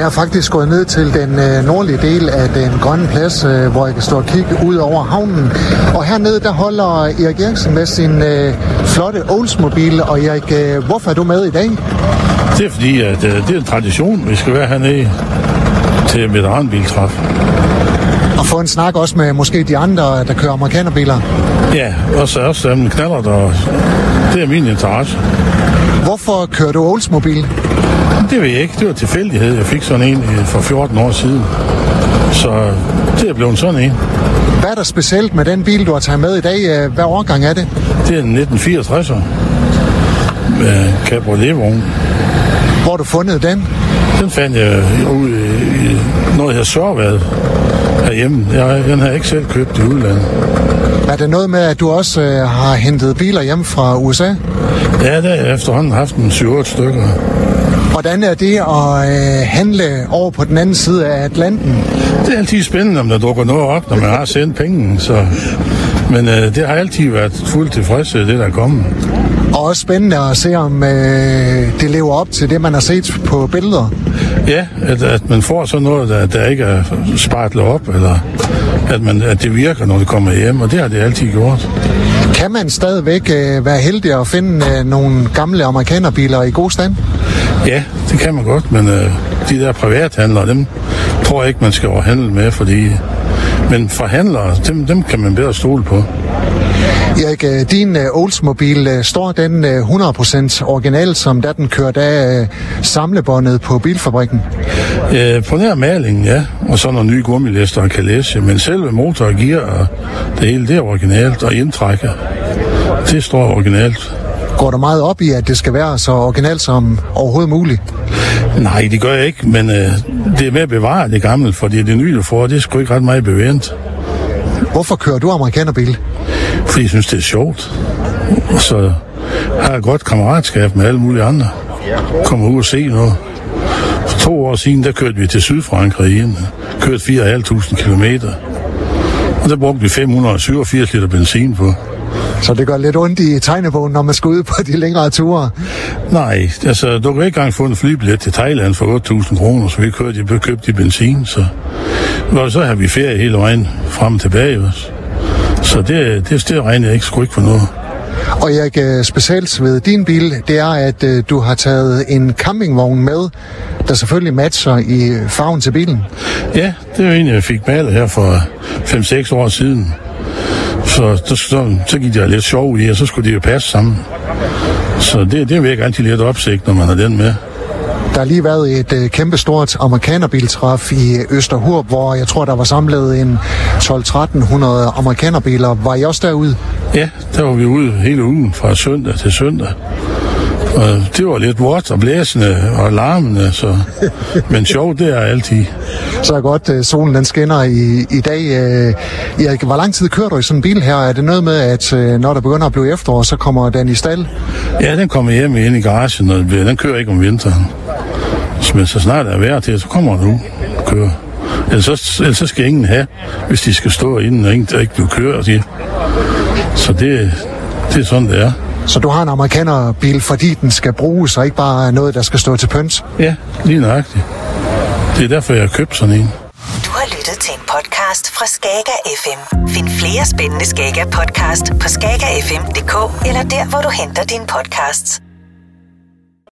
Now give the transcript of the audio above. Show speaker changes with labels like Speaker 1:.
Speaker 1: Jeg er faktisk gået ned til den nordlige del af den grønne plads, hvor jeg kan stå og kigge ud over havnen. Og hernede, der holder Erik Eriksen med sin flotte Oldsmobile. Og Erik, hvorfor er du med i dag?
Speaker 2: Det er fordi, at det er en tradition, vi skal være hernede til veteranbiltræf.
Speaker 1: Og få en snak også med måske de andre, der kører amerikanerbiler.
Speaker 2: Ja, også dem knaller der. Det er min interesse.
Speaker 1: Hvorfor kører du Oldsmobile?
Speaker 2: Det ved jeg ikke. Det var tilfældighed. Jeg fik sådan en for 14 år siden. Så det er blevet sådan en.
Speaker 1: Hvad er der specielt med den bil, du har taget med i dag? Hvad årgang er det?
Speaker 2: Det er en 1964'er med cabrioletvogn.
Speaker 1: Hvor har du fundet den?
Speaker 2: Den fandt jeg ude i noget her Sørvad herhjemme. Den har jeg ikke selv købt i udlandet.
Speaker 1: Er det noget med, at du også har hentet biler hjem fra USA?
Speaker 2: Ja, det har jeg efterhånden haft en 7-8 stykker.
Speaker 1: Hvordan er det at handle over på den anden side af Atlanten?
Speaker 2: Det er altid spændende, om der dukker noget op, når man har sendt penge. Men det har altid været fuldt tilfreds, det der er kommet.
Speaker 1: Og også spændende at se, om det lever op til det, man har set på billeder.
Speaker 2: Ja, at man får sådan noget, der ikke er spartlet op, eller at det virker, når det kommer hjem, og det har det altid gjort.
Speaker 1: Kan man stadigvæk være heldig at finde nogle gamle amerikanerbiler i god stand?
Speaker 2: Ja, det kan man godt, men de der privathandlere, dem tror jeg ikke, man skal overhandle med, men forhandlere, dem kan man bedre stole på.
Speaker 1: Erik, din Oldsmobile, står den 100% original, som da den kørte af samlebåndet på bilfabrikken?
Speaker 2: På nær malingen, ja, og så nogle nye gummilister og kalesje, men selve motor og gear og det hele, det er originalt, og indtrækker, det står originalt.
Speaker 1: Går der meget op i, at det skal være så originalt som overhovedet muligt?
Speaker 2: Nej, det gør jeg ikke, men det er med at bevare det gamle, fordi det nye, du får, det er sgu ikke ret meget bevægende.
Speaker 1: Hvorfor kører du amerikanerbil?
Speaker 2: Fordi jeg synes, det er sjovt. Og så har jeg et godt kammeratskab med alle mulige andre. Kommer ud og se noget. For 2 år siden, der kørte vi til Sydfrankrig. Kørte 4.500 kilometer. Og der brugte vi 587 liter benzin på.
Speaker 1: Så det gør lidt ondt i tegnebogen, når man skal ud på de længere ture?
Speaker 2: Nej, altså du kan ikke engang få en flybillet til Thailand for 8.000 kroner, så vi købte i benzin. Så har vi ferie hele vejen frem og tilbage også. Så det regner jeg sgu ikke for noget.
Speaker 1: Og Erik, specielt ved din bil, det er, at du har taget en campingvogn med, der selvfølgelig matcher i farven til bilen.
Speaker 2: Ja, det er jo en, jeg fik malet her for 5-6 år siden. Så gik jeg lidt sjov i, og så skulle de jo passe sammen. Så det virker altid lidt opsigt, når man har den med.
Speaker 1: Der har lige været et kæmpestort amerikanerbiltræf i Østerhurb, hvor jeg tror, der var samlet en 1200-1300 amerikanerbiler. Var I også derude?
Speaker 2: Ja, der var vi ude hele ugen fra søndag til søndag. Og det var lidt vådt og blæsende og larmende, men sjovt det er altid.
Speaker 1: Så er godt, solen den skinner i dag. Erik, hvor lang tid kører du i sådan en bil her? Er det noget med, at når der begynder at blive efterår, så kommer den i stald?
Speaker 2: Ja, den kommer hjem ind i garagen, og den kører ikke om vinteren. Men så snart der er vejr til, så kommer den ud og kører. Ellers så skal ingen have, hvis de skal stå inden, og der ikke bliver kørt. Så det er sådan, det er.
Speaker 1: Så du har en amerikanerbil, fordi den skal bruges, og ikke bare noget, der skal stå til pynt?
Speaker 2: Ja, lige nøjagtigt. Det er derfor, jeg har købt sådan en.
Speaker 3: Du har lyttet til en podcast fra Skager FM. Find flere spændende Skager podcast på skagerfm.dk eller der, hvor du henter dine podcasts.